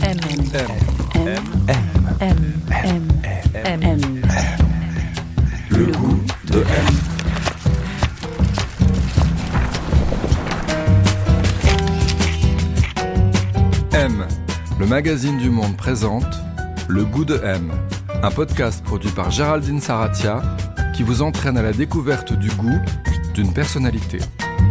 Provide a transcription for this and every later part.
Le goût de M. M, le magazine du Monde présente Le goût de M, un podcast produit par Géraldine Saratia qui vous entraîne à la découverte du goût d'une personnalité.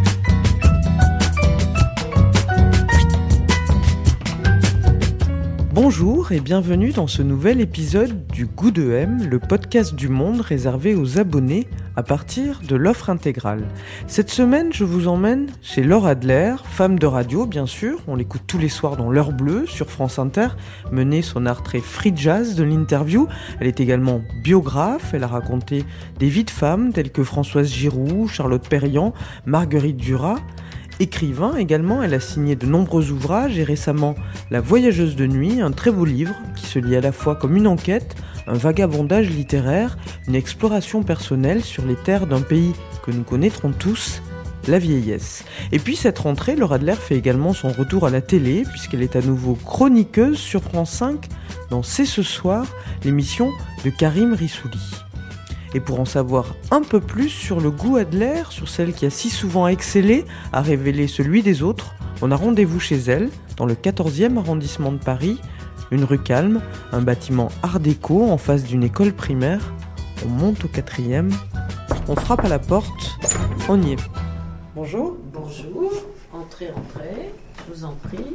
Bonjour et bienvenue dans ce nouvel épisode du Goût de M, le podcast du Monde réservé aux abonnés à partir de l'offre intégrale. Cette semaine, je vous emmène chez Laure Adler, femme de radio bien sûr, on l'écoute tous les soirs dans l'heure bleue sur France Inter, menée son art très free jazz de l'interview. Elle est également biographe, elle a raconté des vies de femmes telles que Françoise Giroud, Charlotte Perriand, Marguerite Duras. Écrivain également, elle a signé de nombreux ouvrages et récemment La Voyageuse de nuit, un très beau livre qui se lit à la fois comme une enquête, un vagabondage littéraire, une exploration personnelle sur les terres d'un pays que nous connaîtrons tous, la vieillesse. Et puis cette rentrée, Laure Adler fait également son retour à la télé puisqu'elle est à nouveau chroniqueuse sur France 5 dans C'est ce soir, l'émission de Karim Rissouli. Et pour en savoir un peu plus sur le goût Adler, sur celle qui a si souvent excellé à révéler celui des autres, on a rendez-vous chez elle, dans le 14e arrondissement de Paris, une rue calme, un bâtiment art déco en face d'une école primaire. On monte au 4e, on frappe à la porte, on y est. Bonjour. Bonjour, entrez, je vous en prie.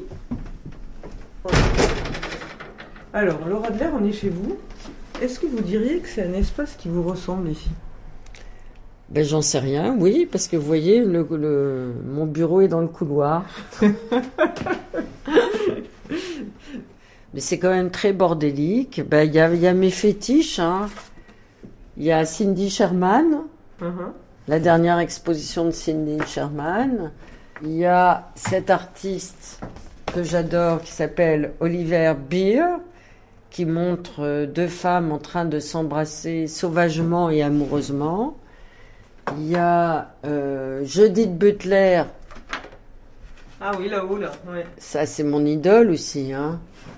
Alors, Laure Adler, on est chez vous. Est-ce que vous diriez que c'est un espace qui vous ressemble ici ? Ben, j'en sais rien, oui, parce que vous voyez, mon bureau est dans le couloir. Mais c'est quand même très bordélique. Ben, y a mes fétiches. Hein. Il y a Cindy Sherman, la dernière exposition de Cindy Sherman. Il y a cet artiste que j'adore qui s'appelle Oliver Beer, qui montre deux femmes en train de s'embrasser sauvagement et amoureusement. Il y a Judith Butler. Ah oui, là-haut, là. Ouais. Ça, c'est mon idole aussi. Hein.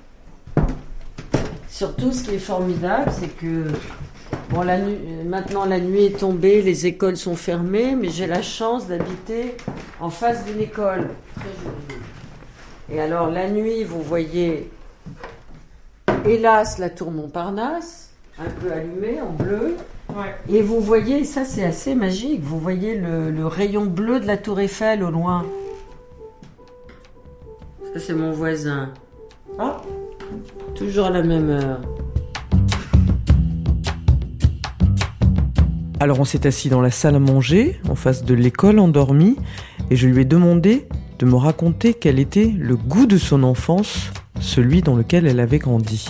Surtout, ce qui est formidable, c'est que maintenant la nuit est tombée, les écoles sont fermées, mais j'ai la chance d'habiter en face d'une école. Très jolie. Et alors, la nuit, vous voyez... Hélas, la tour Montparnasse, un peu allumée en bleu. Ouais. Et vous voyez, ça c'est assez magique, vous voyez le rayon bleu de la tour Eiffel au loin. Ça c'est mon voisin. Ah. Toujours à la même heure. Alors on s'est assis dans la salle à manger, en face de l'école endormie, et je lui ai demandé de me raconter quel était le goût de son enfance, celui dans lequel elle avait grandi.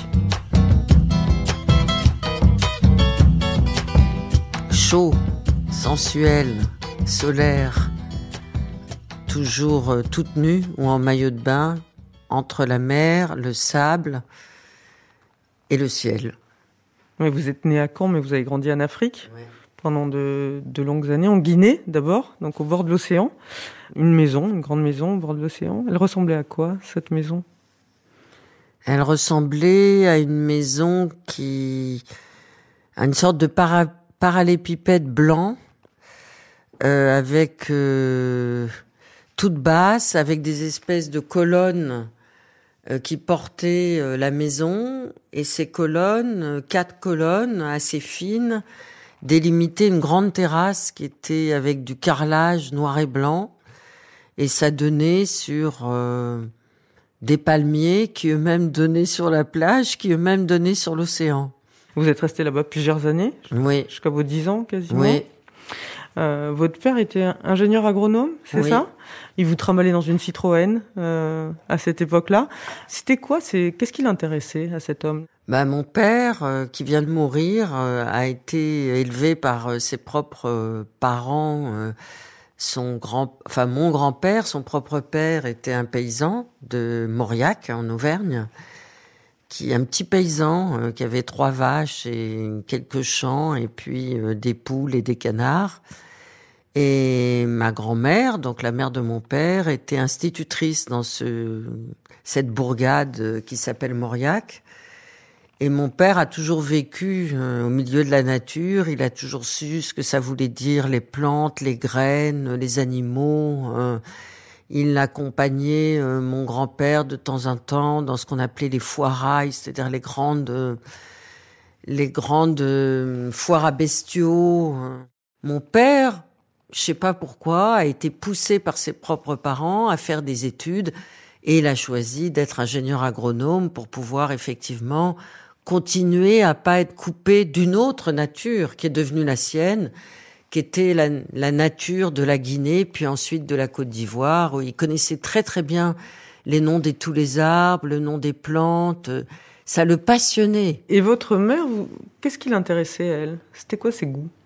Chaud, sensuel, solaire, toujours toute nue ou en maillot de bain, entre la mer, le sable et le ciel. Ouais, vous êtes né à Caen, mais vous avez grandi en Afrique. Ouais. Pendant de longues années, en Guinée d'abord, donc au bord de l'océan. Une grande maison au bord de l'océan. Elle ressemblait à quoi, cette maison ? Elle ressemblait à une maison à une sorte de parallépipède blanc, avec toute basse, avec des espèces de colonnes qui portaient la maison, et ces colonnes, 4 colonnes assez fines, délimitaient une grande terrasse qui était avec du carrelage noir et blanc, et ça donnait sur des palmiers qui eux-mêmes donnaient sur la plage, qui eux-mêmes donnaient sur l'océan. Vous êtes resté là-bas plusieurs années ? Oui. Jusqu'à vos 10 ans quasiment ? Oui. Votre père était ingénieur agronome, c'est ça ? Il vous trimballait dans une Citroën à cette époque-là. C'était quoi ? Qu'est-ce qui l'intéressait à cet homme ? Mon père, qui vient de mourir, a été élevé par ses propres parents. Mon grand-père, son propre père, était un paysan de Mauriac, en Auvergne, un petit paysan qui avait 3 vaches et quelques champs, et puis des poules et des canards. Et ma grand-mère, donc la mère de mon père, était institutrice dans cette bourgade qui s'appelle Mauriac. Et mon père a toujours vécu au milieu de la nature. Il a toujours su ce que ça voulait dire, les plantes, les graines, les animaux. Il accompagnait mon grand-père de temps en temps dans ce qu'on appelait les foirailles, c'est-à-dire les grandes foires à bestiaux. Mon père, je sais pas pourquoi, a été poussé par ses propres parents à faire des études et il a choisi d'être ingénieur agronome pour pouvoir effectivement continuer à pas être coupé d'une autre nature qui est devenue la sienne, qui était la nature de la Guinée, puis ensuite de la Côte d'Ivoire, où il connaissait très très bien les noms de tous les arbres, le nom des plantes. Ça le passionnait. Et votre mère, qu'est-ce qui l'intéressait, elle? C'était quoi ses goûts?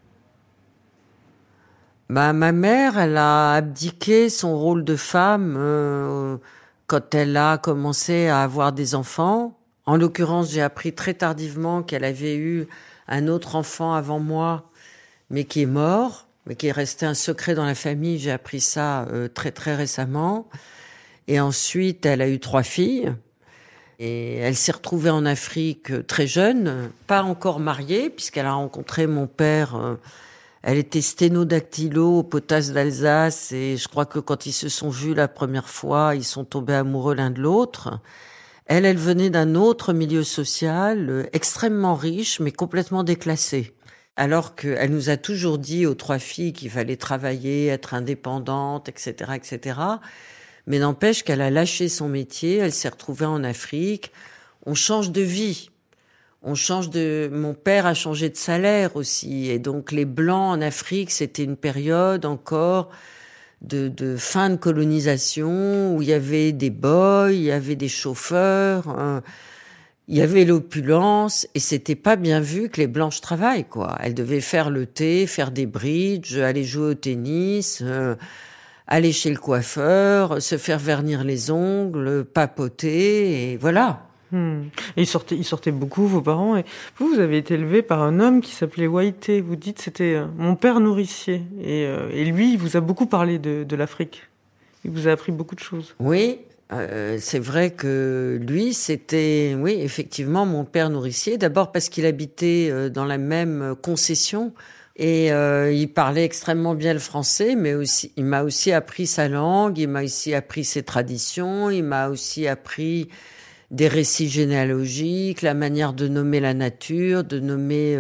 Ma mère, elle a abdiqué son rôle de femme quand elle a commencé à avoir des enfants. En l'occurrence, j'ai appris très tardivement qu'elle avait eu un autre enfant avant moi, mais qui est mort, mais qui est resté un secret dans la famille. J'ai appris ça très très récemment. Et ensuite, elle a eu 3 filles. Et elle s'est retrouvée en Afrique très jeune, pas encore mariée, puisqu'elle a rencontré mon père. Elle était sténodactylo au potasse d'Alsace. Et je crois que quand ils se sont vus la première fois, ils sont tombés amoureux l'un de l'autre. Elle venait d'un autre milieu social, extrêmement riche, mais complètement déclassé. Alors qu'elle nous a toujours dit aux 3 filles qu'il fallait travailler, être indépendante, etc., etc. Mais n'empêche qu'elle a lâché son métier, elle s'est retrouvée en Afrique. On change de vie. Mon père a changé de salaire aussi. Et donc, les Blancs en Afrique, c'était une période encore de fin de colonisation où il y avait des boys, il y avait des chauffeurs, il y avait l'opulence et c'était pas bien vu que les blanches travaillent, quoi. Elles devaient faire le thé, faire des bridges, aller jouer au tennis, aller chez le coiffeur, se faire vernir les ongles, papoter et voilà. Et ils sortaient beaucoup, vos parents. Et vous avez été élevé par un homme qui s'appelait Waïté. Vous dites c'était mon père nourricier. Et lui, il vous a beaucoup parlé de l'Afrique. Il vous a appris beaucoup de choses. Oui, c'est vrai que lui, c'était, oui, effectivement, mon père nourricier. D'abord parce qu'il habitait dans la même concession. Et il parlait extrêmement bien le français, mais aussi, il m'a aussi appris sa langue, il m'a aussi appris ses traditions, il m'a aussi appris des récits généalogiques, la manière de nommer la nature, de nommer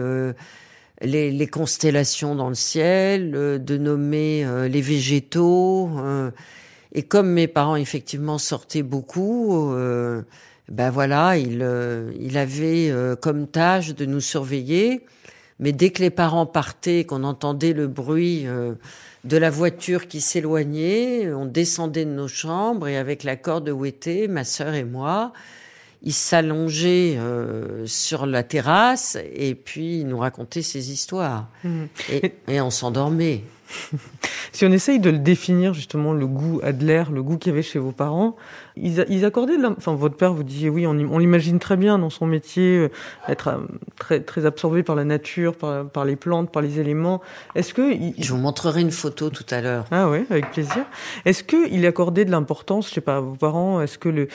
les constellations dans le ciel, de nommer les végétaux. Et comme mes parents effectivement sortaient beaucoup, ben voilà, il avait comme tâche de nous surveiller. Mais dès que les parents partaient, qu'on entendait le bruit de la voiture qui s'éloignait, on descendait de nos chambres et avec l'accord de Waïté, ma sœur et moi, il s'allongeait sur la terrasse et puis il nous racontait ses histoires. Et on s'endormait. Si on essaye de le définir, justement, le goût Adler, le goût qu'il y avait chez vos parents, ils accordaient enfin, votre père vous disait, oui, on l'imagine très bien dans son métier, être très, très absorbé par la nature, par les plantes, par les éléments. Est-ce que... Je vous montrerai une photo tout à l'heure. Ah ouais, avec plaisir. Est-ce qu'il accordait de l'importance, je sais pas, à vos parents? Est-ce que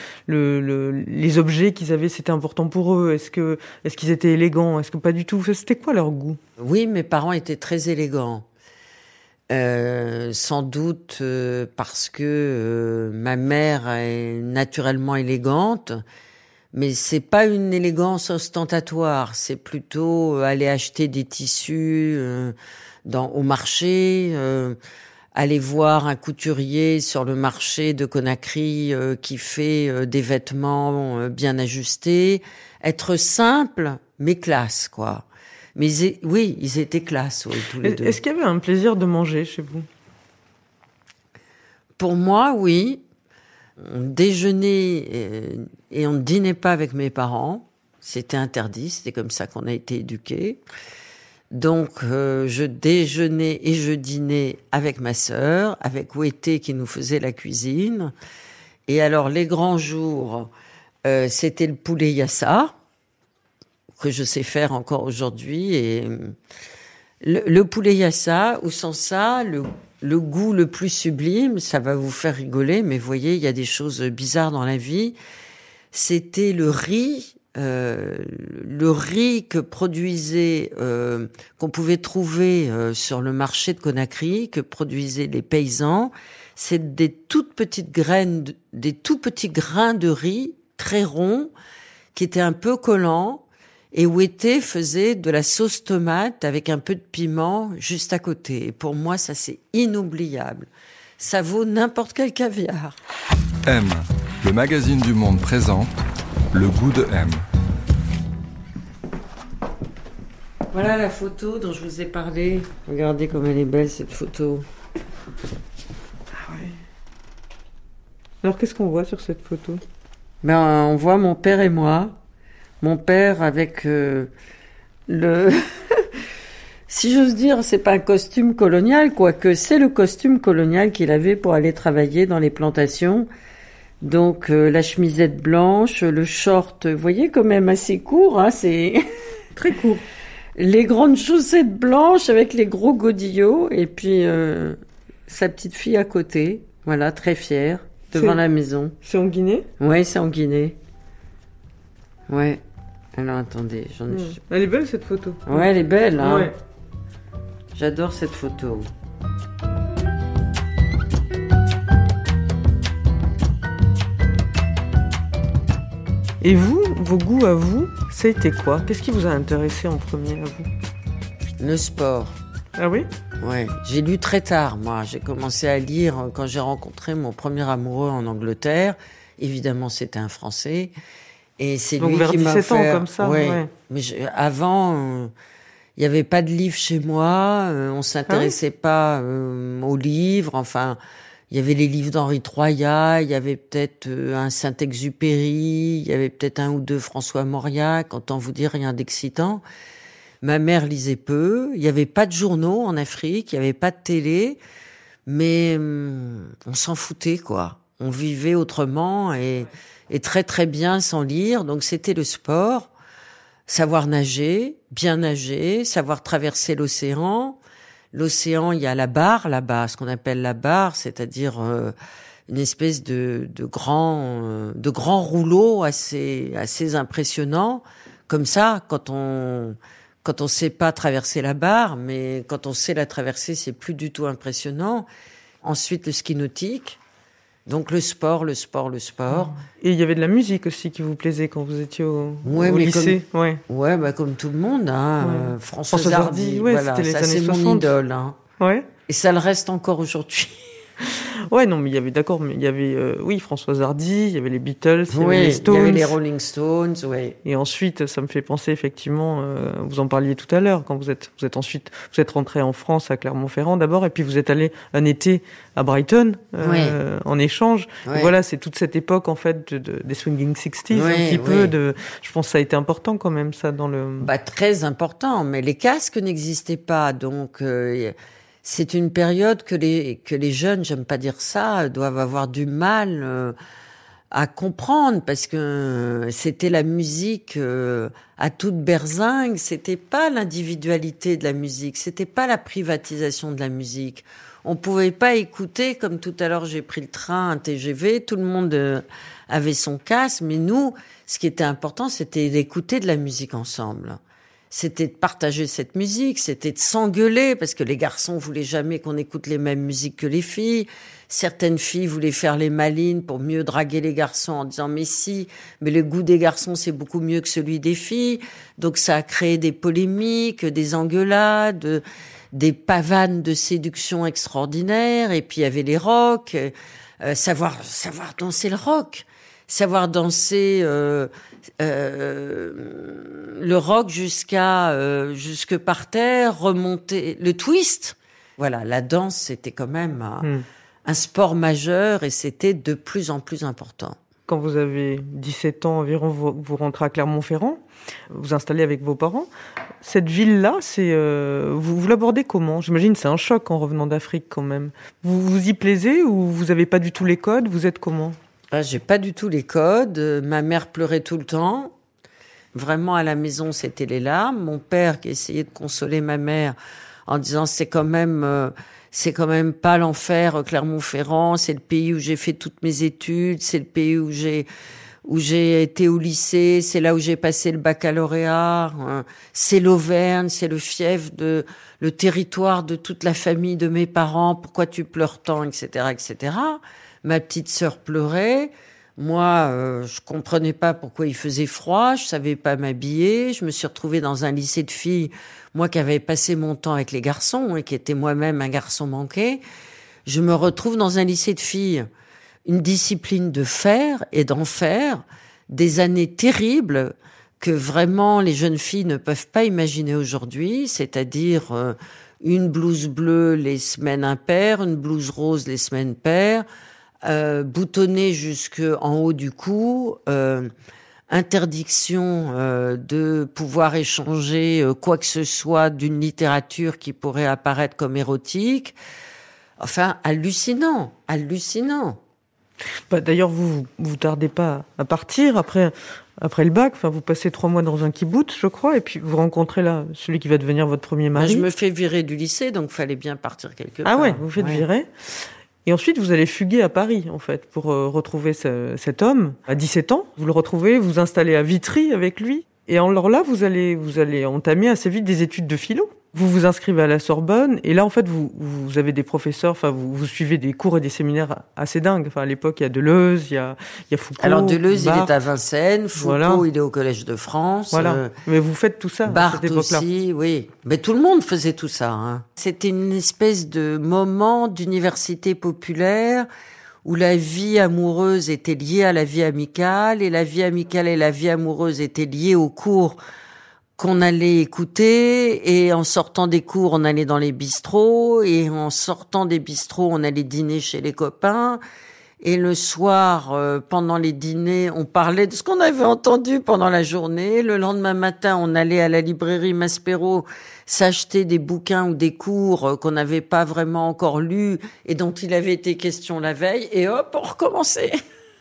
les objets qu'ils avaient, c'était important pour eux? Est-ce qu'ils étaient élégants? Est-ce que pas du tout? C'était quoi leur goût? Oui, mes parents étaient très élégants. Sans doute parce que ma mère est naturellement élégante, mais c'est pas une élégance ostentatoire, c'est plutôt aller acheter des tissus au marché, aller voir un couturier sur le marché de Conakry qui fait des vêtements bien ajustés, être simple mais classe, quoi. Mais ils étaient classe, oui, tous les deux. Est-ce qu'il y avait un plaisir de manger chez vous? Pour moi, oui. On déjeunait et on ne dînait pas avec mes parents. C'était interdit, c'était comme ça qu'on a été éduqués. Donc, je déjeunais et je dînais avec ma sœur, avec Waïté qui nous faisait la cuisine. Et alors, les grands jours, c'était le poulet yassa, que je sais faire encore aujourd'hui. Et Le poulet yassa, ou sans ça, le goût le plus sublime, ça va vous faire rigoler, mais vous voyez, il y a des choses bizarres dans la vie. C'était le riz que produisait, qu'on pouvait trouver sur le marché de Conakry, que produisaient les paysans. C'est des toutes petites graines, des tout petits grains de riz très ronds, qui étaient un peu collants, et Wété faisait de la sauce tomate avec un peu de piment juste à côté. Et pour moi, ça, c'est inoubliable. Ça vaut n'importe quel caviar. M, le magazine du Monde présente le goût de M. Voilà la photo dont je vous ai parlé. Regardez comme elle est belle, cette photo. Ah ouais. Alors, qu'est-ce qu'on voit sur cette photo ? On voit mon père et moi. Mon père avec le... Si j'ose dire, c'est pas un costume colonial, quoique c'est le costume colonial qu'il avait pour aller travailler dans les plantations. Donc la chemisette blanche, le short, vous voyez, quand même assez court, hein, c'est... Très court. Les grandes chaussettes blanches avec les gros godillots, et puis sa petite fille à côté, voilà, très fière, devant la maison. C'est en Guinée ? Ouais, c'est en Guinée. Ouais. Alors attendez, Elle est belle cette photo. Ouais, elle est belle, hein. Ouais. J'adore cette photo. Et vous, vos goûts à vous, ça a été quoi ? Qu'est-ce qui vous a intéressé en premier à vous ? Le sport. Ah oui ? Ouais, j'ai lu très tard, moi. J'ai commencé à lire quand j'ai rencontré mon premier amoureux en Angleterre. Évidemment, c'était un Français. Et c'est donc lui vers qui m'a 17 fait... ans, comme ça. Ouais. Mais avant, il n'y avait pas de livres chez moi. On s'intéressait pas aux livres. Enfin, il y avait les livres d'Henri Troyat. Il y avait peut-être un Saint-Exupéry. Il y avait peut-être un ou deux François Mauriac. Autant vous dire, rien d'excitant. Ma mère lisait peu. Il n'y avait pas de journaux en Afrique. Il n'y avait pas de télé. Mais on s'en foutait, quoi. On vivait autrement et très très bien sans lire. Donc c'était le sport, savoir nager, bien nager, savoir traverser l'océan. L'océan, il y a la barre là-bas, ce qu'on appelle la barre, c'est-à-dire une espèce de grand rouleau assez impressionnant. Comme ça, quand on sait pas traverser la barre, mais quand on sait la traverser, c'est plus du tout impressionnant. Ensuite, le ski nautique. Donc le sport. Et il y avait de la musique aussi qui vous plaisait quand vous étiez au lycée. Comme tout le monde, hein. Ouais. Françoise Hardy, voilà, c'était les ça années c'est 60. mon idole. Hein. Ouais. Et ça le reste encore aujourd'hui. Ouais, non, mais il y avait Françoise Hardy, il y avait les Beatles, il y avait les Stones. Il y avait les Rolling Stones, oui. Et ensuite, ça me fait penser effectivement, vous en parliez tout à l'heure, quand vous êtes rentré en France à Clermont-Ferrand d'abord, et puis vous êtes allé un été à Brighton en échange. Oui. Et voilà, c'est toute cette époque en fait des swinging 60s, un petit peu de. Je pense que ça a été important quand même ça dans le. Très important, mais les casques n'existaient pas, donc. C'est une période que les jeunes, j'aime pas dire ça, doivent avoir du mal à comprendre parce que c'était la musique à toute berzingue, c'était pas l'individualité de la musique, c'était pas la privatisation de la musique. On pouvait pas écouter, comme tout à l'heure j'ai pris le train, un TGV, tout le monde avait son casque, mais nous, ce qui était important, c'était d'écouter de la musique ensemble. C'était de partager cette musique, c'était de s'engueuler, parce que les garçons voulaient jamais qu'on écoute les mêmes musiques que les filles. Certaines filles voulaient faire les malines pour mieux draguer les garçons en disant mais le goût des garçons c'est beaucoup mieux que celui des filles. Donc ça a créé des polémiques, des engueulades, des pavanes de séduction extraordinaires. Et puis il y avait les rocks, savoir danser le rock. Savoir danser le rock jusque par terre, remonter le twist. Voilà, la danse c'était quand même un sport majeur et c'était de plus en plus important. Quand vous avez 17 ans environ, vous rentrez à Clermont-Ferrand, vous installez avec vos parents. Cette ville-là, vous l'abordez comment ? J'imagine que c'est un choc en revenant d'Afrique quand même. Vous vous y plaisez ou vous n'avez pas du tout les codes ? Vous êtes comment ? J'ai pas du tout les codes. Ma mère pleurait tout le temps. Vraiment, à la maison, c'était les larmes. Mon père, qui essayait de consoler ma mère, en disant c'est quand même pas l'enfer, Clermont-Ferrand, c'est le pays où j'ai fait toutes mes études, c'est le pays où j'ai été au lycée, c'est là où j'ai passé le baccalauréat, c'est l'Auvergne, c'est le fief le territoire de toute la famille de mes parents, pourquoi tu pleures tant, etc., etc. Ma petite sœur pleurait. Moi, je comprenais pas pourquoi il faisait froid, je savais pas m'habiller, je me suis retrouvée dans un lycée de filles, moi qui avais passé mon temps avec les garçons et qui était moi-même un garçon manqué, je me retrouve dans un lycée de filles. Une discipline de faire et d'en faire, des années terribles que vraiment les jeunes filles ne peuvent pas imaginer aujourd'hui, c'est-à-dire une blouse bleue les semaines impaires, une blouse rose les semaines paires, boutonnée jusqu'en haut du cou, interdiction de pouvoir échanger quoi que ce soit d'une littérature qui pourrait apparaître comme érotique. Enfin, hallucinant. D'ailleurs, vous tardez pas à partir après le bac. Enfin, vous passez 3 mois dans un kibboutz, je crois, et puis vous rencontrez là celui qui va devenir votre premier mari. Je me fais virer du lycée, donc fallait bien partir quelque part. Ah ouais, vous faites virer. Et ensuite, vous allez fuguer à Paris, en fait, pour retrouver cet homme. À 17 ans, vous le retrouvez, vous installez à Vitry avec lui. Et alors là, vous allez entamer assez vite des études de philo. Vous vous inscrivez à la Sorbonne, et là, en fait, vous avez des professeurs, enfin, vous suivez des cours et des séminaires assez dingues. Enfin, à l'époque, il y a Deleuze, il y a Foucault. Alors, Deleuze, Barthes. il est à Vincennes, Foucault, il est au Collège de France. Voilà. Mais vous faites tout ça, Barthes à cette époque-là. aussi, oui. Mais tout le monde faisait tout ça, hein. C'était une espèce de moment d'université populaire où la vie amoureuse était liée à la vie amicale, et la vie amicale et la vie amoureuse étaient liées aux cours qu'on allait écouter, et en sortant des cours, on allait dans les bistrots, et en sortant des bistrots, on allait dîner chez les copains, et le soir, pendant les dîners, on parlait de ce qu'on avait entendu pendant la journée. Le lendemain matin, on allait à la librairie Maspero s'acheter des bouquins ou des cours qu'on n'avait pas vraiment encore lus et dont il avait été question la veille, et hop, on recommençait.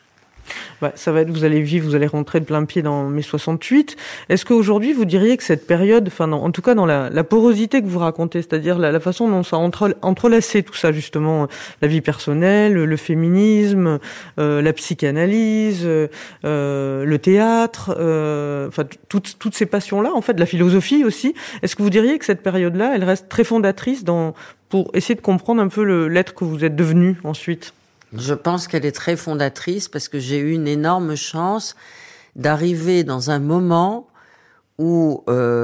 Ça va être, vous allez rentrer de plein pied dans mai 68. Est-ce qu'aujourd'hui, vous diriez que cette période, en tout cas dans la porosité que vous racontez, c'est-à-dire la façon dont ça a entrelacé tout ça, justement, la vie personnelle, le féminisme, la psychanalyse, le théâtre, toutes ces passions-là, en fait, la philosophie aussi, est-ce que vous diriez que cette période-là, elle reste très fondatrice pour essayer de comprendre un peu l'être que vous êtes devenu ensuite ? Je pense qu'elle est très fondatrice parce que j'ai eu une énorme chance d'arriver dans un moment où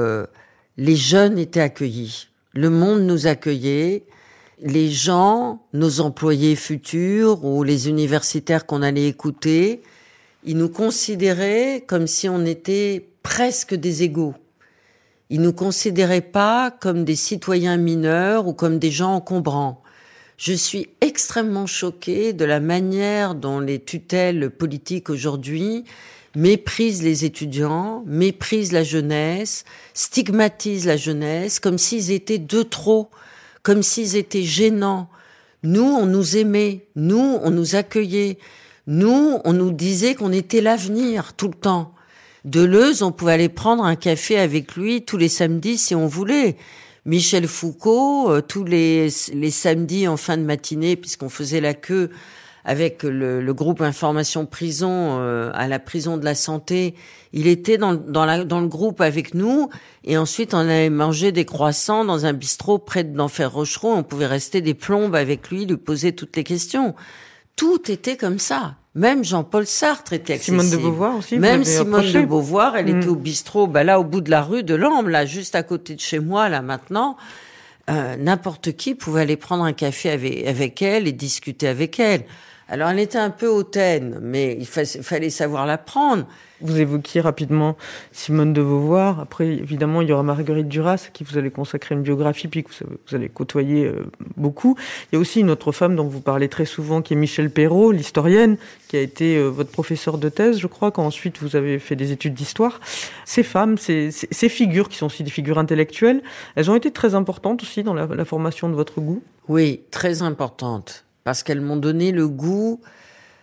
les jeunes étaient accueillis. Le monde nous accueillait. Les gens, nos employés futurs ou les universitaires qu'on allait écouter, ils nous considéraient comme si on était presque des égaux. Ils nous considéraient pas comme des citoyens mineurs ou comme des gens encombrants. Je suis extrêmement choquée de la manière dont les tutelles politiques aujourd'hui méprisent les étudiants, méprisent la jeunesse, stigmatisent la jeunesse, comme s'ils étaient de trop, comme s'ils étaient gênants. Nous, on nous aimait, nous, on nous accueillait, nous, on nous disait qu'on était l'avenir tout le temps. Deleuze, on pouvait aller prendre un café avec lui tous les samedis si on voulait. Michel Foucault, tous les samedis en fin de matinée, puisqu'on faisait la queue avec le groupe Information Prison à la prison de la Santé, il était dans le groupe avec nous, et ensuite on allait manger des croissants dans un bistrot près d'Enfer Rochereau. On pouvait rester des plombes avec lui, lui poser toutes les questions. Tout était comme ça. Même Jean-Paul Sartre était accessible. Simone de Beauvoir aussi. Même Simone de Beauvoir, elle était au bistrot, là, au bout de la rue de Lambes, là, juste à côté de chez moi, là, maintenant. N'importe qui pouvait aller prendre un café avec elle et discuter avec elle. Alors, elle était un peu hautaine, mais il fallait savoir la prendre. Vous évoquiez rapidement Simone de Beauvoir. Après, évidemment, il y aura Marguerite Duras, à qui vous allez consacrer une biographie, puis que vous allez côtoyer beaucoup. Il y a aussi une autre femme dont vous parlez très souvent, qui est Michel Perrault, l'historienne, qui a été votre professeur de thèse, je crois, quand ensuite vous avez fait des études d'histoire. Ces femmes, ces figures, qui sont aussi des figures intellectuelles, elles ont été très importantes aussi dans la formation de votre goût. Oui, très importantes. Parce qu'elles m'ont donné le goût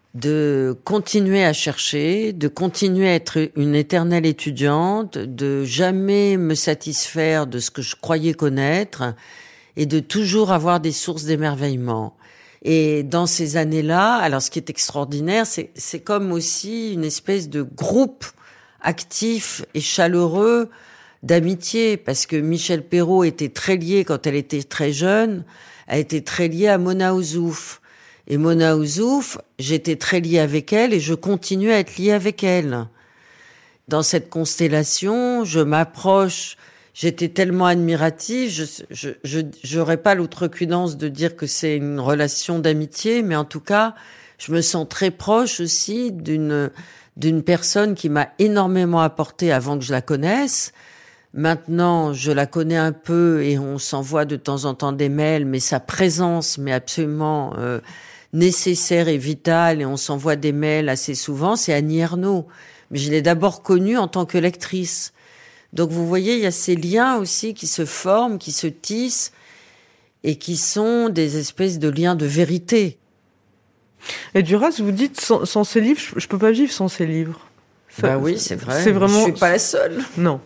de continuer à chercher, de continuer à être une éternelle étudiante, de jamais me satisfaire de ce que je croyais connaître et de toujours avoir des sources d'émerveillement. Et dans ces années-là, alors ce qui est extraordinaire, c'est comme aussi une espèce de groupe actif et chaleureux d'amitié, parce que Michel Perrault était très liée quand elle était très jeune, elle était très liée à Mona Ozouf. Et Mona Ozouf, j'étais très liée avec elle et je continue à être liée avec elle. Dans cette constellation, je m'approche. J'étais tellement admirative, j'aurais pas l'outrecuidance de dire que c'est une relation d'amitié, mais en tout cas, je me sens très proche aussi d'une personne qui m'a énormément apporté avant que je la connaisse. Maintenant, je la connais un peu et on s'envoie de temps en temps des mails, mais sa présence m'est absolument nécessaire et vitale et on s'envoie des mails assez souvent, c'est Annie Ernaux. Mais je l'ai d'abord connue en tant que lectrice. Donc vous voyez, il y a ces liens aussi qui se forment, qui se tissent et qui sont des espèces de liens de vérité. Et Duras, vous dites, sans ces livres, je peux pas vivre sans ces livres. Bah oui, c'est vrai. C'est vraiment... Je suis pas la seule. Non.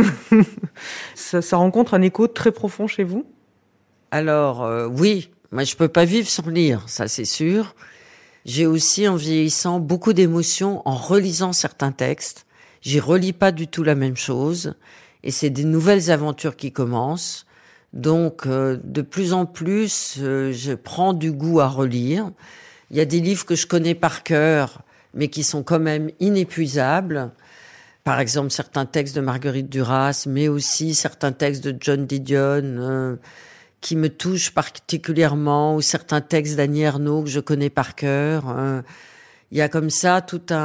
ça rencontre un écho très profond chez vous? Alors, oui. Moi, je peux pas vivre sans lire, ça c'est sûr. J'ai aussi, en vieillissant, beaucoup d'émotions en relisant certains textes. J'y relis pas du tout la même chose. Et c'est des nouvelles aventures qui commencent. Donc, de plus en plus, je prends du goût à relire. Il y a des livres que je connais par cœur, mais qui sont quand même inépuisables. Par exemple, certains textes de Marguerite Duras, mais aussi certains textes de John Didion, qui me touchent particulièrement, ou certains textes d'Annie Ernaux que je connais par cœur. Il y a comme ça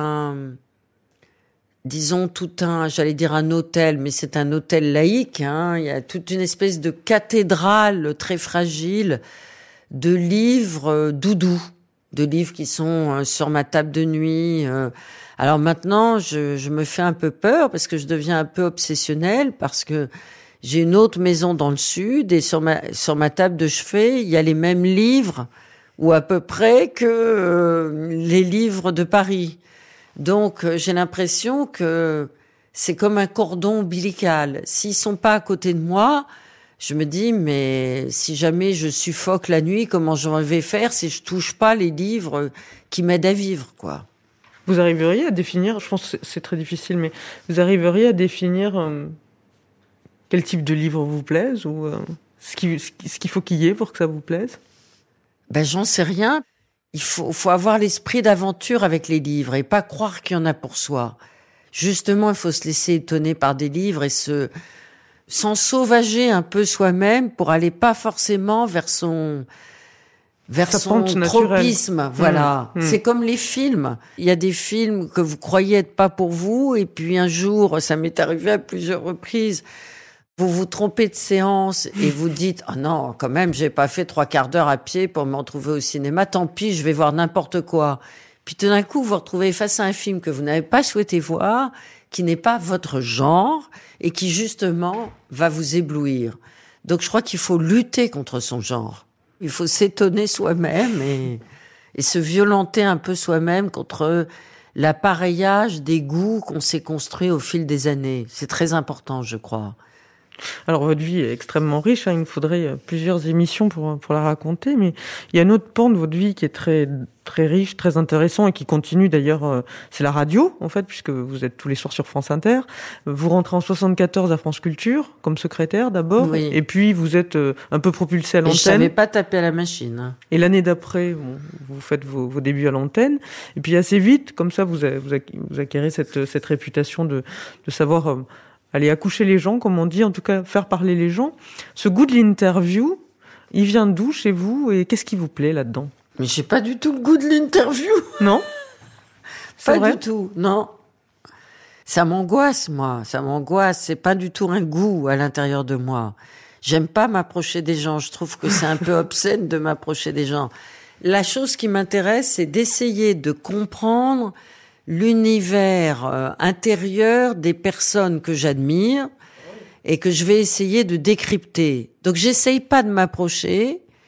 j'allais dire un hôtel, mais c'est un hôtel laïque, hein. Il y a toute une espèce de cathédrale très fragile de livres doudous, de livres qui sont sur ma table de nuit. Alors maintenant, je me fais un peu peur parce que je deviens un peu obsessionnelle, parce que j'ai une autre maison dans le sud et sur ma table de chevet, il y a les mêmes livres, ou à peu près, que les livres de Paris. Donc, j'ai l'impression que c'est comme un cordon ombilical. S'ils sont pas à côté de moi, je me dis, mais si jamais je suffoque la nuit, comment je vais faire si je touche pas les livres qui m'aident à vivre, quoi. Vous arriveriez à définir, je pense que c'est très difficile, mais vous arriveriez à définir quel type de livre vous plaise, ou ce qu'il faut qu'il y ait pour que ça vous plaise? Ben, j'en sais rien. Il faut avoir l'esprit d'aventure avec les livres et pas croire qu'il y en a pour soi. Justement, il faut se laisser étonner par des livres et s'en sauvager un peu soi-même pour aller pas forcément vers son tropisme. Voilà. C'est comme les films. Il y a des films que vous croyez être pas pour vous et puis un jour, ça m'est arrivé à plusieurs reprises, vous vous trompez de séance et vous dites « Oh non, quand même, j'ai pas fait 3 quarts d'heure à pied pour me retrouver au cinéma. Tant pis, je vais voir n'importe quoi. » Puis tout d'un coup, vous vous retrouvez face à un film que vous n'avez pas souhaité voir, qui n'est pas votre genre et qui justement va vous éblouir. Donc je crois qu'il faut lutter contre son genre. Il faut s'étonner soi-même et se violenter un peu soi-même contre l'appareillage des goûts qu'on s'est construit au fil des années. C'est très important, je crois. Alors votre vie est extrêmement riche, hein, il me faudrait plusieurs émissions pour la raconter, mais il y a un autre pan de votre vie qui est très très riche, très intéressant et qui continue d'ailleurs, c'est la radio en fait, puisque vous êtes tous les soirs sur France Inter. Vous rentrez en 74 à France Culture comme secrétaire d'abord, oui. Et puis vous êtes un peu propulsé à l'antenne. Et je savais pas taper à la machine. Et l'année d'après, vous faites vos débuts à l'antenne, et puis assez vite, comme ça, vous acquérez cette réputation de savoir aller accoucher les gens, comme on dit, en tout cas faire parler les gens. Ce goût de l'interview, il vient d'où chez vous et qu'est-ce qui vous plaît là-dedans? Mais j'ai pas du tout le goût de l'interview. Non? Pas du tout, non. Ça m'angoisse, moi. Ça m'angoisse. C'est pas du tout un goût à l'intérieur de moi. J'aime pas m'approcher des gens. Je trouve que c'est un peu obscène de m'approcher des gens. La chose qui m'intéresse, c'est d'essayer de comprendre l'univers intérieur des personnes que j'admire et que je vais essayer de décrypter. Donc j'essaye pas de m'approcher,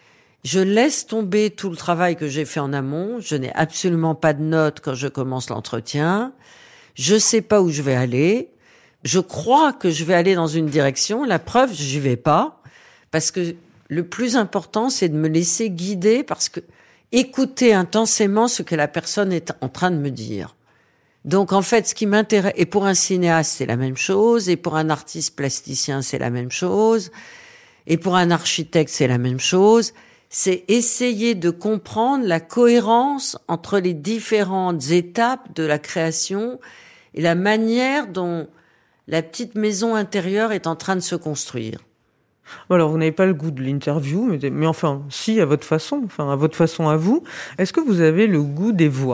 je laisse tomber tout le travail que j'ai fait en amont. Je n'ai absolument pas de notes quand je commence l'entretien. Je sais pas où je vais aller. Je crois que je vais aller dans une direction. La preuve, j'y vais pas. Parce que le plus important, c'est de me laisser guider, parce que écouter intensément ce que la personne est en train de me dire. Donc, en fait, ce qui m'intéresse, et pour un cinéaste, c'est la même chose, et pour un artiste plasticien, c'est la même chose, et pour un architecte, c'est la même chose, c'est essayer de comprendre la cohérence entre les différentes étapes de la création et la manière dont la petite maison intérieure est en train de se construire. Alors, vous n'avez pas le goût de l'interview, mais enfin, si, à votre façon à vous. Est-ce que vous avez le goût des voix ?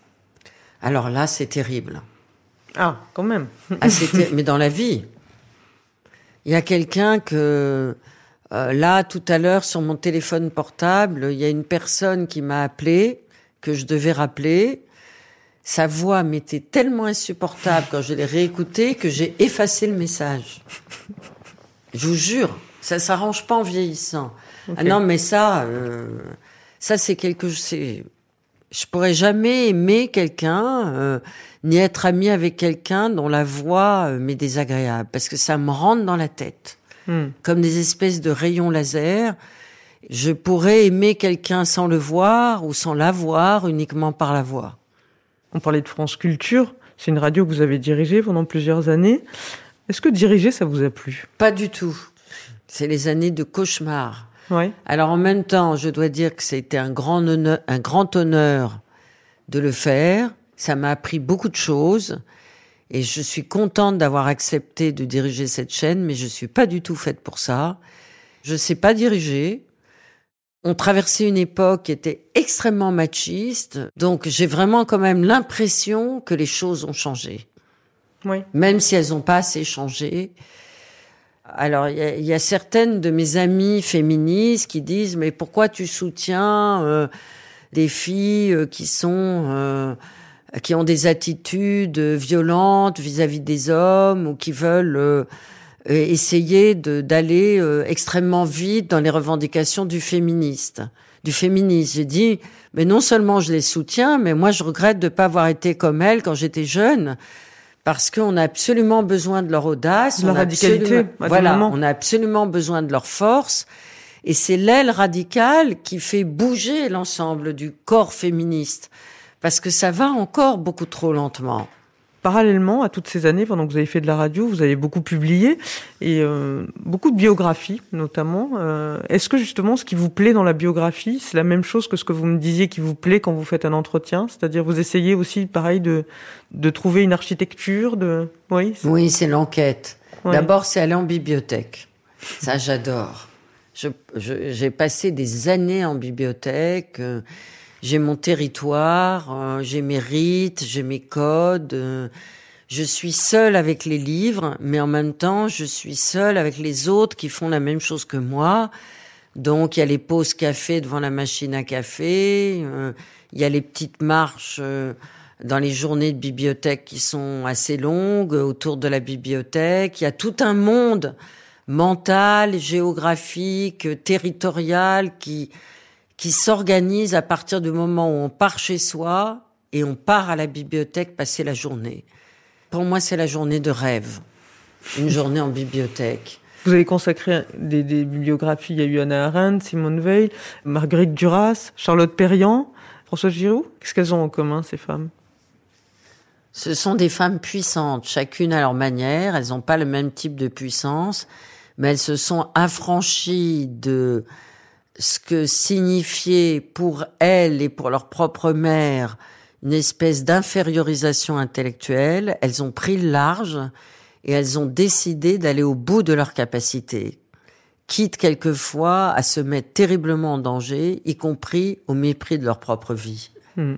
Alors là, c'est terrible. Ah, quand même. Mais dans la vie. Il y a quelqu'un que... là, tout à l'heure, sur mon téléphone portable, il y a une personne qui m'a appelé, que je devais rappeler. Sa voix m'était tellement insupportable quand je l'ai réécoutée que j'ai effacé le message. Je vous jure, ça s'arrange pas en vieillissant. Okay. Ah non, mais ça c'est quelque chose. Je pourrais jamais aimer quelqu'un, ni être ami avec quelqu'un dont la voix m'est désagréable, parce que ça me rentre dans la tête, comme des espèces de rayons laser. Je pourrais aimer quelqu'un sans le voir ou sans la voir, uniquement par la voix. On parlait de France Culture, c'est une radio que vous avez dirigée pendant plusieurs années. Est-ce que diriger, ça vous a plu ? Pas du tout. C'est les années de cauchemar. Ouais. Alors en même temps, je dois dire que c'était un grand honneur de le faire. Ça m'a appris beaucoup de choses et je suis contente d'avoir accepté de diriger cette chaîne, mais je suis pas du tout faite pour ça. Je sais pas diriger. On traversait une époque qui était extrêmement machiste, donc j'ai vraiment quand même l'impression que les choses ont changé. Oui. Même si elles n'ont pas assez changé. Alors, il y a certaines de mes amies féministes qui disent « Mais pourquoi tu soutiens des filles qui ont des attitudes violentes vis-à-vis des hommes ou qui veulent essayer d'aller extrêmement vite dans les revendications du féminisme ?» J'ai dit « Mais non seulement je les soutiens, mais moi je regrette de ne pas avoir été comme elles quand j'étais jeune. » Parce qu'on a absolument besoin de leur audace, leur radicalité. Voilà, on a absolument besoin de leur force, et c'est l'aile radicale qui fait bouger l'ensemble du corps féministe, parce que ça va encore beaucoup trop lentement. Parallèlement à toutes ces années, pendant que vous avez fait de la radio, vous avez beaucoup publié, et beaucoup de biographies notamment. Est-ce que justement ce qui vous plaît dans la biographie, c'est la même chose que ce que vous me disiez qui vous plaît quand vous faites un entretien ? C'est-à-dire vous essayez aussi, pareil, de trouver une architecture Oui, c'est l'enquête. Oui. D'abord, c'est aller en bibliothèque. Ça, j'adore. J'ai passé des années en bibliothèque. J'ai mon territoire, j'ai mes rites, j'ai mes codes. Je suis seule avec les livres, mais en même temps, je suis seule avec les autres qui font la même chose que moi. Donc, il y a les pauses café devant la machine à café. Il y a les petites marches dans les journées de bibliothèque qui sont assez longues autour de la bibliothèque. Il y a tout un monde mental, géographique, territorial qui s'organise à partir du moment où on part chez soi et on part à la bibliothèque passer la journée. Pour moi, c'est la journée de rêve. Une journée en bibliothèque. Vous avez consacré des bibliographies. Il y a eu Hannah Arendt, Simone Weil, Marguerite Duras, Charlotte Perriand, Françoise Giroud. Qu'est-ce qu'elles ont en commun, ces femmes ? Ce sont des femmes puissantes, chacune à leur manière. Elles n'ont pas le même type de puissance, mais elles se sont affranchies de ce que signifiait pour elles et pour leur propre mère une espèce d'infériorisation intellectuelle. Elles ont pris le large et elles ont décidé d'aller au bout de leurs capacités, quitte quelquefois à se mettre terriblement en danger, y compris au mépris de leur propre vie.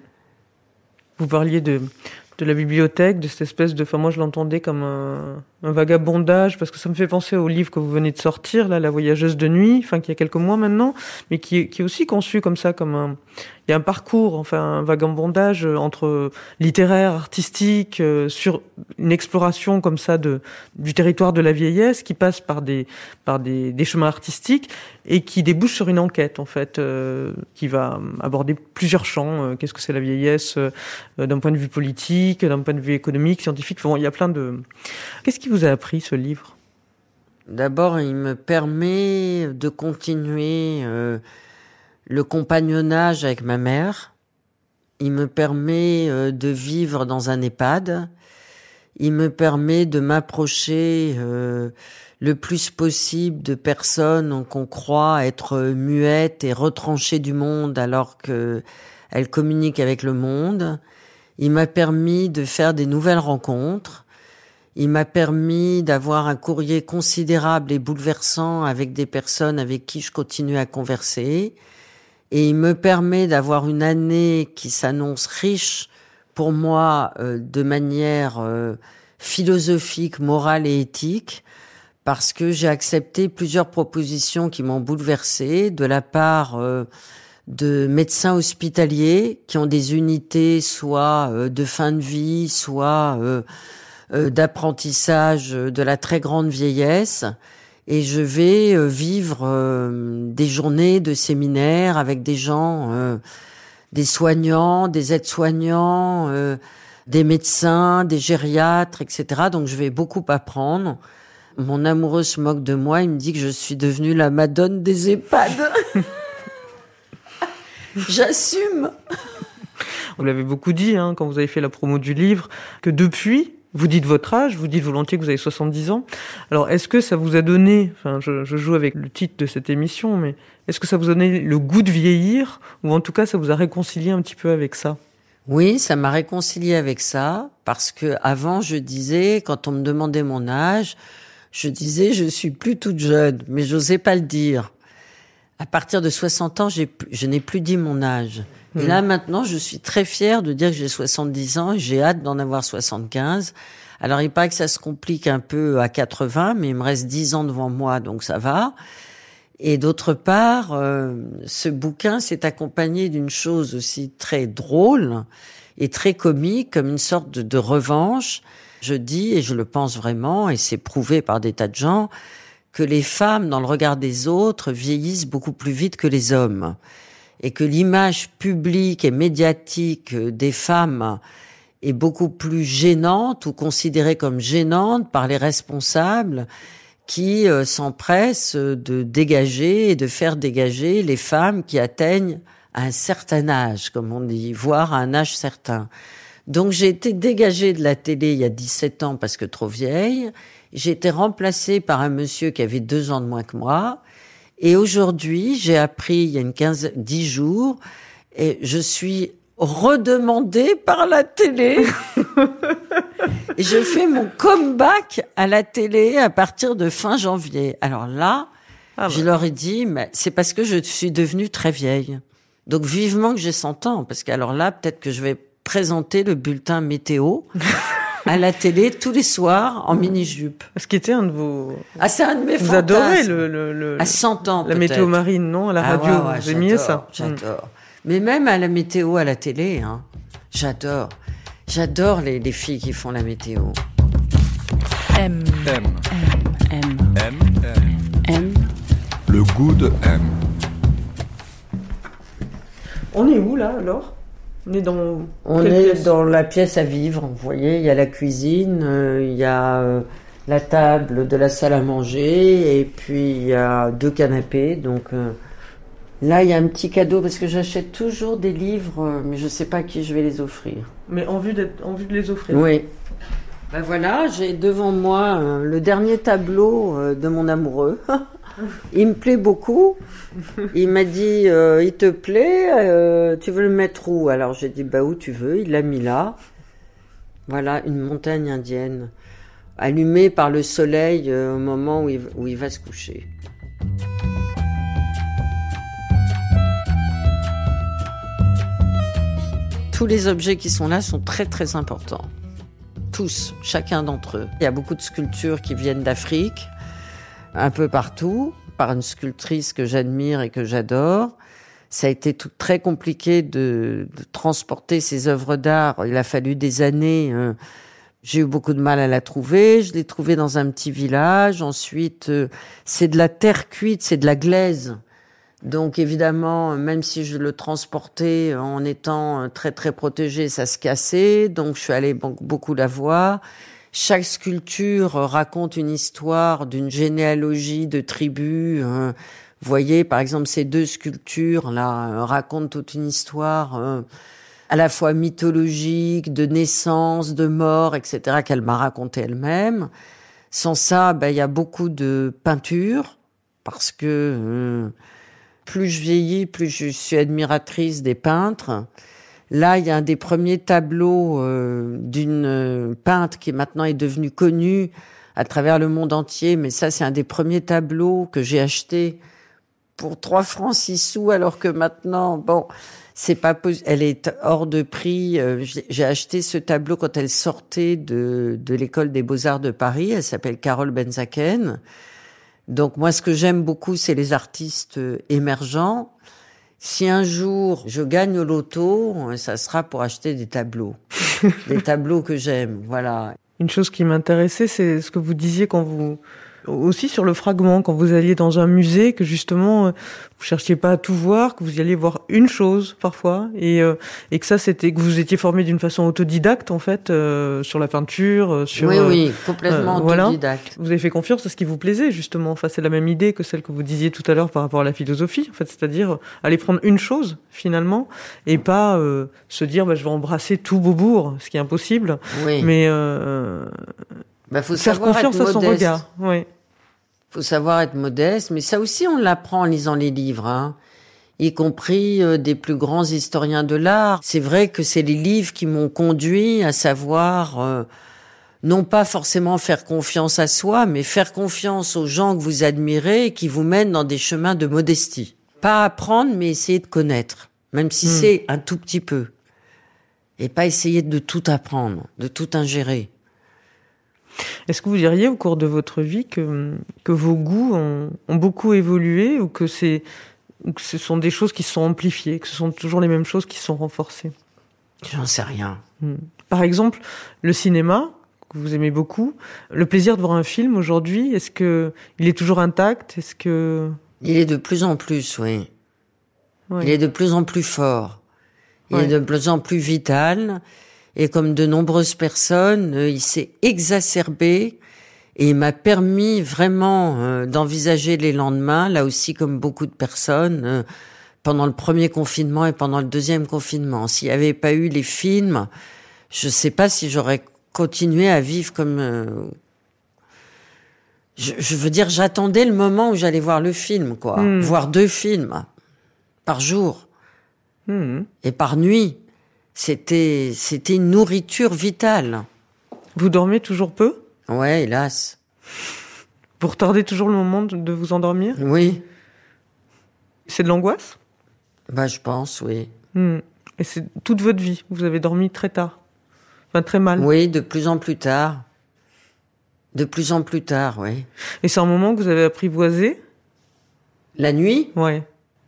Vous parliez de la bibliothèque, de cette espèce de... Enfin, moi, je l'entendais comme un vagabondage, parce que ça me fait penser au livre que vous venez de sortir, là, La voyageuse de nuit, enfin, qui a quelques mois maintenant, mais qui est aussi conçu comme ça, comme un... Il y a un parcours, enfin un vagabondage entre littéraire, artistique, sur une exploration comme ça du territoire de la vieillesse qui passe par des chemins artistiques et qui débouche sur une enquête en fait qui va aborder plusieurs champs. Qu'est-ce que c'est la vieillesse d'un point de vue politique, d'un point de vue économique, scientifique. Bon, il y a plein de... Qu'est-ce qui vous a appris ce livre ? D'abord, il me permet de continuer le compagnonnage avec ma mère. Il me permet de vivre dans un EHPAD. Il me permet de m'approcher le plus possible de personnes qu'on croit être muettes et retranchées du monde alors qu'elles communiquent avec le monde. Il m'a permis de faire des nouvelles rencontres. Il m'a permis d'avoir un courrier considérable et bouleversant avec des personnes avec qui je continue à converser. Et il me permet d'avoir une année qui s'annonce riche pour moi de manière philosophique, morale et éthique, parce que j'ai accepté plusieurs propositions qui m'ont bouleversée de la part de médecins hospitaliers qui ont des unités soit de fin de vie, soit d'apprentissage de la très grande vieillesse. Et je vais vivre des journées de séminaire avec des gens, des soignants, des aides-soignants, des médecins, des gériatres, etc. Donc je vais beaucoup apprendre. Mon amoureux se moque de moi, il me dit que je suis devenue la Madone des EHPAD. J'assume. Vous l'avez beaucoup dit quand vous avez fait la promo du livre, que depuis, vous dites votre âge, vous dites volontiers que vous avez 70 ans. Alors, est-ce que ça vous a donné, je joue avec le titre de cette émission, mais est-ce que ça vous a donné le goût de vieillir, ou en tout cas, ça vous a réconcilié un petit peu avec ça ? Oui, ça m'a réconcilié avec ça, parce que avant, je disais, quand on me demandait mon âge, je disais, je suis plus toute jeune, mais j'osais pas le dire. À partir de 60 ans, je n'ai plus dit mon âge. Et là, maintenant, je suis très fière de dire que j'ai 70 ans et j'ai hâte d'en avoir 75. Alors, il paraît que ça se complique un peu à 80, mais il me reste 10 ans devant moi, donc ça va. Et d'autre part, ce bouquin s'est accompagné d'une chose aussi très drôle et très comique, comme une sorte de revanche. Je dis, et je le pense vraiment, et c'est prouvé par des tas de gens, que les femmes, dans le regard des autres, vieillissent beaucoup plus vite que les hommes. Et que l'image publique et médiatique des femmes est beaucoup plus gênante ou considérée comme gênante par les responsables qui s'empressent de dégager et de faire dégager les femmes qui atteignent un certain âge, comme on dit, voire à un âge certain. Donc j'ai été dégagée de la télé il y a 17 ans parce que trop vieille. J'ai été remplacée par un monsieur qui avait 2 ans de moins que moi. Et aujourd'hui, j'ai appris il y a 10 jours, et je suis redemandée par la télé. Et je fais mon comeback à la télé à partir de fin janvier. Alors là, je leur ai dit, mais c'est parce que je suis devenue très vieille. Donc vivement que j'ai 100 ans, parce qu'alors là, peut-être que je vais présenter le bulletin météo à la télé tous les soirs en mini-jupe. Ce qui était un de vos... Ah, c'est un de mes fantasmes. Vous adorez le... À 100 ans, la météo marine, non? À la radio, ouais, vous aimiez ça? J'adore. Mais même à la météo à la télé, j'adore. J'adore les filles qui font la météo. M. Le goût de M. On est où là alors? On est dans la pièce à vivre. Vous voyez, il y a la cuisine, il y a la table de la salle à manger, et puis il y a 2 canapés. Donc là, il y a un petit cadeau parce que j'achète toujours des livres, mais je ne sais pas à qui je vais les offrir. Mais en vue de les offrir. Oui. Ben voilà, j'ai devant moi le dernier tableau de mon amoureux. Il me plaît beaucoup. Il m'a dit, il te plaît, tu veux le mettre où? Alors j'ai dit, où tu veux. Il l'a mis là. Voilà, une montagne indienne, allumée par le soleil au moment où il va se coucher. Tous les objets qui sont là sont très très importants. Tous, chacun d'entre eux. Il y a beaucoup de sculptures qui viennent d'Afrique, un peu partout, par une sculptrice que j'admire et que j'adore. ça a été très compliqué de transporter ces œuvres d'art. Il a fallu des années. J'ai eu beaucoup de mal à la trouver. Je l'ai trouvée dans un petit village. Ensuite, c'est de la terre cuite, c'est de la glaise. Donc évidemment, même si je le transportais en étant très très protégé, ça se cassait. Donc je suis allée beaucoup la voir. Chaque sculpture raconte une histoire d'une généalogie de tribus. Vous voyez, par exemple, ces 2 sculptures-là racontent toute une histoire à la fois mythologique, de naissance, de mort, etc., qu'elle m'a racontée elle-même. Sans ça, il y a beaucoup de peinture, parce que plus je vieillis, plus je suis admiratrice des peintres. Là, il y a un des premiers tableaux d'une peintre qui maintenant est devenue connue à travers le monde entier, mais ça, c'est un des premiers tableaux que j'ai acheté pour 3 francs 6 sous, alors que maintenant, c'est pas possible. Elle est hors de prix. J'ai acheté ce tableau quand elle sortait de l'école des Beaux-Arts de Paris. Elle s'appelle Carole Benzaken. Donc moi, ce que j'aime beaucoup, c'est les artistes émergents. Si un jour je gagne au loto, ça sera pour acheter des tableaux. Des tableaux que j'aime, voilà. Une chose qui m'intéressait, c'est ce que vous disiez aussi sur le fragment, quand vous alliez dans un musée, que justement vous cherchiez pas à tout voir, que vous y alliez voir une chose parfois, et que ça c'était que vous étiez formé d'une façon autodidacte en fait sur la peinture, sur oui, complètement autodidacte. Voilà. Vous avez fait confiance à ce qui vous plaisait justement. Enfin, c'est la même idée que celle que vous disiez tout à l'heure par rapport à la philosophie, en fait, c'est-à-dire aller prendre une chose finalement et pas se dire je vais embrasser tout Beaubourg, ce qui est impossible. Oui. Mais faut faire savoir confiance être à son modeste. regard. Oui. Faut savoir être modeste, mais ça aussi on l'apprend en lisant les livres, y compris des plus grands historiens de l'art. C'est vrai que c'est les livres qui m'ont conduit à savoir, non pas forcément faire confiance à soi, mais faire confiance aux gens que vous admirez et qui vous mènent dans des chemins de modestie. Pas apprendre, mais essayer de connaître, même si c'est un tout petit peu. Et pas essayer de tout apprendre, de tout ingérer. Est-ce que vous diriez au cours de votre vie que vos goûts ont beaucoup évolué ou que ce sont des choses qui se sont amplifiées, que ce sont toujours les mêmes choses qui se sont renforcées? J'en sais rien. Par exemple, le cinéma, que vous aimez beaucoup, le plaisir de voir un film aujourd'hui, est-ce que il est toujours intact? Il est de plus en plus, oui. Il est de plus en plus fort. Il est de plus en plus vital. Et comme de nombreuses personnes, il s'est exacerbé et il m'a permis vraiment d'envisager les lendemains, là aussi comme beaucoup de personnes, pendant le premier confinement et pendant le deuxième confinement. S'il n'y avait pas eu les films, je ne sais pas si j'aurais continué à vivre comme... Je veux dire, j'attendais le moment où j'allais voir le film, quoi. Voir 2 films par jour et par nuit. C'était une nourriture vitale. Vous dormez toujours peu? Ouais, hélas. Vous retardez toujours le moment de vous endormir? Oui. C'est de l'angoisse? Je pense, oui. Et c'est toute votre vie? Vous avez dormi très tard? Enfin, très mal? Oui, de plus en plus tard. De plus en plus tard, oui. Et c'est un moment que vous avez apprivoisé? La nuit? Ouais.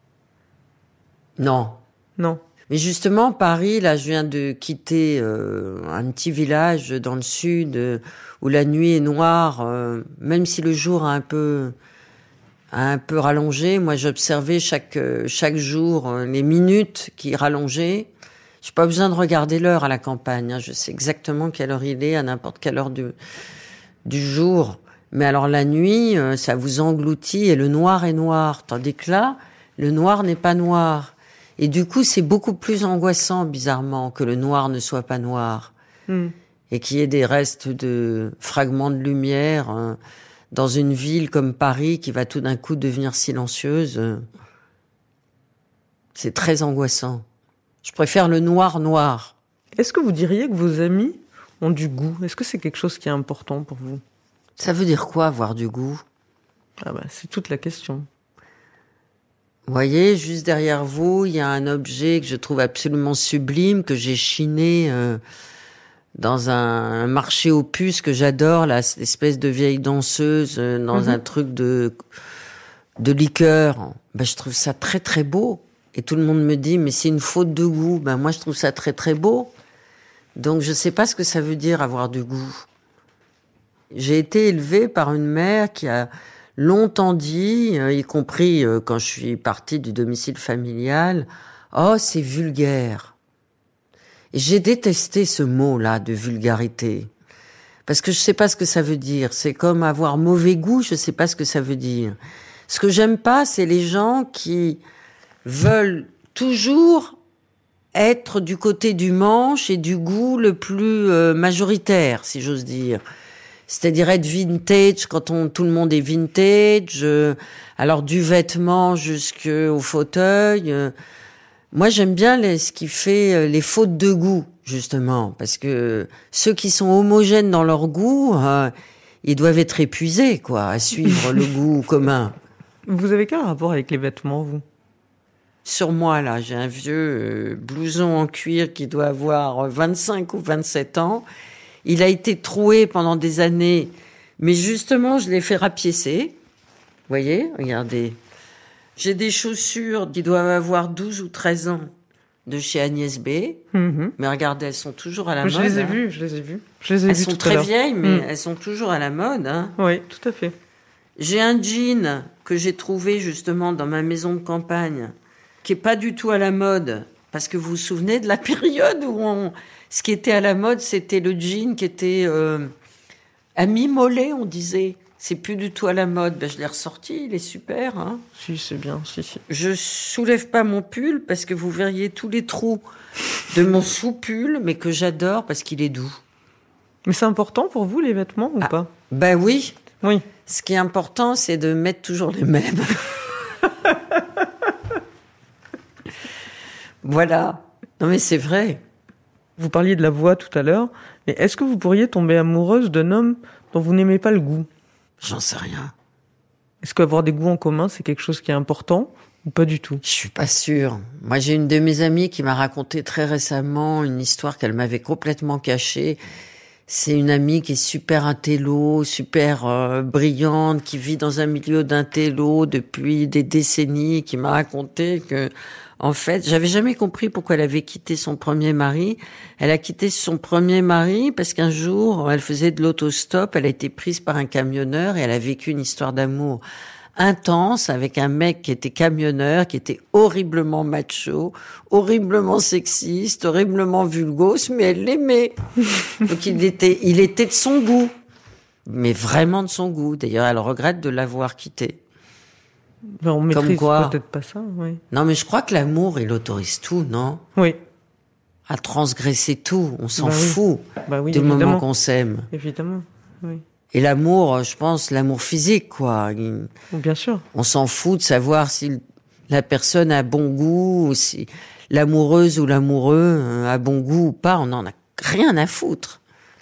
Non. Non. Mais justement, Paris, là, je viens de quitter un petit village dans le sud où la nuit est noire, même si le jour a un peu rallongé. Moi, j'observais chaque jour les minutes qui rallongeaient. J'ai pas besoin de regarder l'heure à la campagne. Je sais exactement quelle heure il est à n'importe quelle heure du jour. Mais alors la nuit, ça vous engloutit et le noir est noir. Tandis que là, le noir n'est pas noir. Et du coup, c'est beaucoup plus angoissant, bizarrement, que le noir ne soit pas noir. Et qu'il y ait des restes de fragments de lumière dans une ville comme Paris qui va tout d'un coup devenir silencieuse. C'est très angoissant. Je préfère le noir. Est-ce que vous diriez que vos amis ont du goût? Est-ce que c'est quelque chose qui est important pour vous? Ça veut dire quoi, avoir du goût? C'est toute la question. Vous voyez, juste derrière vous, il y a un objet que je trouve absolument sublime, que j'ai chiné dans un marché aux puces que j'adore, là, cette espèce de vieille danseuse dans un truc de liqueur. Je trouve ça très très beau. Et tout le monde me dit, mais c'est une faute de goût. Ben, moi, je trouve ça très, très beau. Donc, je sais pas ce que ça veut dire avoir du goût. J'ai été élevée par une mère qui a longtemps dit, y compris quand je suis partie du domicile familial, « Oh, c'est vulgaire ». Et j'ai détesté ce mot-là de vulgarité. Parce que je sais pas ce que ça veut dire. C'est comme avoir mauvais goût, je sais pas ce que ça veut dire. Ce que j'aime pas, c'est les gens qui veulent toujours être du côté du manche et du goût le plus majoritaire, si j'ose dire. C'est-à-dire être vintage quand tout le monde est vintage, alors du vêtement jusqu'au fauteuil. Moi, j'aime bien ce qui fait les fautes de goût, justement, parce que ceux qui sont homogènes dans leur goût, ils doivent être épuisés, quoi, à suivre le goût commun. Vous avez quel rapport avec les vêtements, vous ? Sur moi, là, j'ai un vieux blouson en cuir qui doit avoir 25 ou 27 ans. Il a été troué pendant des années, mais justement, je l'ai fait rapiécer. Vous voyez, regardez. J'ai des chaussures qui doivent avoir 12 ou 13 ans de chez Agnès B. Mm-hmm. Mais regardez, elles sont toujours à la mode. Je les ai vues. Elles sont très vieilles, mais elles sont toujours à la mode. Hein. Oui, tout à fait. J'ai un jean que j'ai trouvé justement dans ma maison de campagne, qui est pas du tout à la mode, parce que vous vous souvenez de la période où ce qui était à la mode, c'était le jean qui était à mi-mollet, on disait. C'est plus du tout à la mode. Ben, je l'ai ressorti, il est super. Hein. Si, c'est bien. Si. Je soulève pas mon pull parce que vous verriez tous les trous de mon sous-pull, mais que j'adore parce qu'il est doux. Mais c'est important pour vous, les vêtements, ou pas ? Ben oui. Oui. Ce qui est important, c'est de mettre toujours les mêmes. Voilà. Non, mais c'est vrai. Vous parliez de la voix tout à l'heure, mais est-ce que vous pourriez tomber amoureuse d'un homme dont vous n'aimez pas le goût ? J'en sais rien. Est-ce qu'avoir des goûts en commun, c'est quelque chose qui est important ou pas du tout ? Je suis pas sûre. Moi, j'ai une de mes amies qui m'a raconté très récemment une histoire qu'elle m'avait complètement cachée. C'est une amie qui est super intello, super brillante, qui vit dans un milieu d'intello depuis des décennies, qui m'a raconté que, en fait, j'avais jamais compris pourquoi elle avait quitté son premier mari. Elle a quitté son premier mari parce qu'un jour, elle faisait de l'autostop, elle a été prise par un camionneur et elle a vécu une histoire d'amour intense avec un mec qui était camionneur, qui était horriblement macho, horriblement sexiste, horriblement vulgose, mais elle l'aimait. Donc il était de son goût. Mais vraiment de son goût. D'ailleurs, elle regrette de l'avoir quitté. Ben, on maîtrise peut-être pas ça, oui. Non, mais je crois que l'amour, il autorise tout, non ? Oui. À transgresser tout. On s'en fout du évidemment. moment qu'on s'aime. Évidemment, oui. Et l'amour, je pense, l'amour physique, quoi. Bien sûr. On s'en fout de savoir si la personne a bon goût, ou si l'amoureuse ou l'amoureux a bon goût ou pas. On n'en a rien à foutre.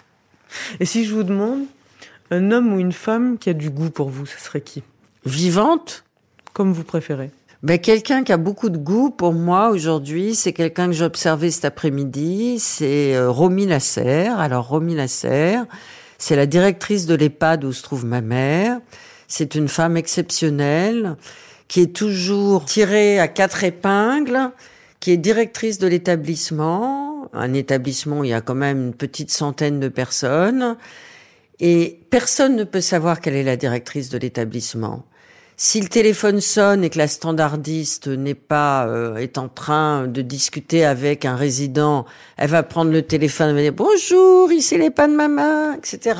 Et si je vous demande, un homme ou une femme qui a du goût pour vous, ce serait qui ? Vivante ? Comme vous préférez. Ben, quelqu'un qui a beaucoup de goût, pour moi, aujourd'hui, c'est quelqu'un que j'ai observé cet après-midi, c'est Romy Lasserre. Alors, Romy Lasserre, c'est la directrice de l'EHPAD où se trouve ma mère. C'est une femme exceptionnelle, qui est toujours tirée à 4 épingles, qui est directrice de l'établissement. Un établissement où il y a quand même une petite centaine de personnes. Et personne ne peut savoir quelle est la directrice de l'établissement. Si le téléphone sonne et que la standardiste est en train de discuter avec un résident, elle va prendre le téléphone, elle va dire bonjour, ici l'EHPAD de maman, etc.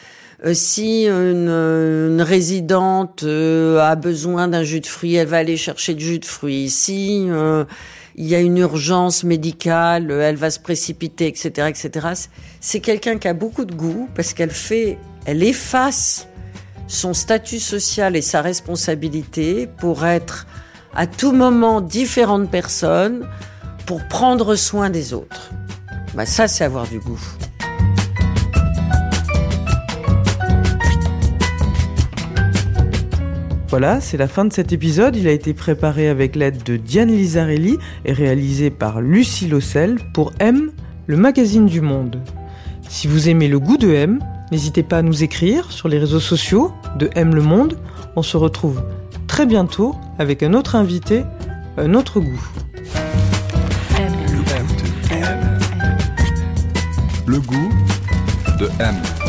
Si une résidente a besoin d'un jus de fruits, elle va aller chercher du jus de fruits. Si il y a une urgence médicale, elle va se précipiter, etc., etc. C'est quelqu'un qui a beaucoup de goût parce elle efface son statut social et sa responsabilité pour être à tout moment différentes personnes pour prendre soin des autres. Ben ça, c'est avoir du goût. Voilà, c'est la fin de cet épisode. Il a été préparé avec l'aide de Diane Lizarelli et réalisé par Lucie Lossel pour M, le magazine du Monde. Si vous aimez le goût de M, n'hésitez pas à nous écrire sur les réseaux sociaux de M le Monde. On se retrouve très bientôt avec un autre invité, un autre goût. Le goût de M.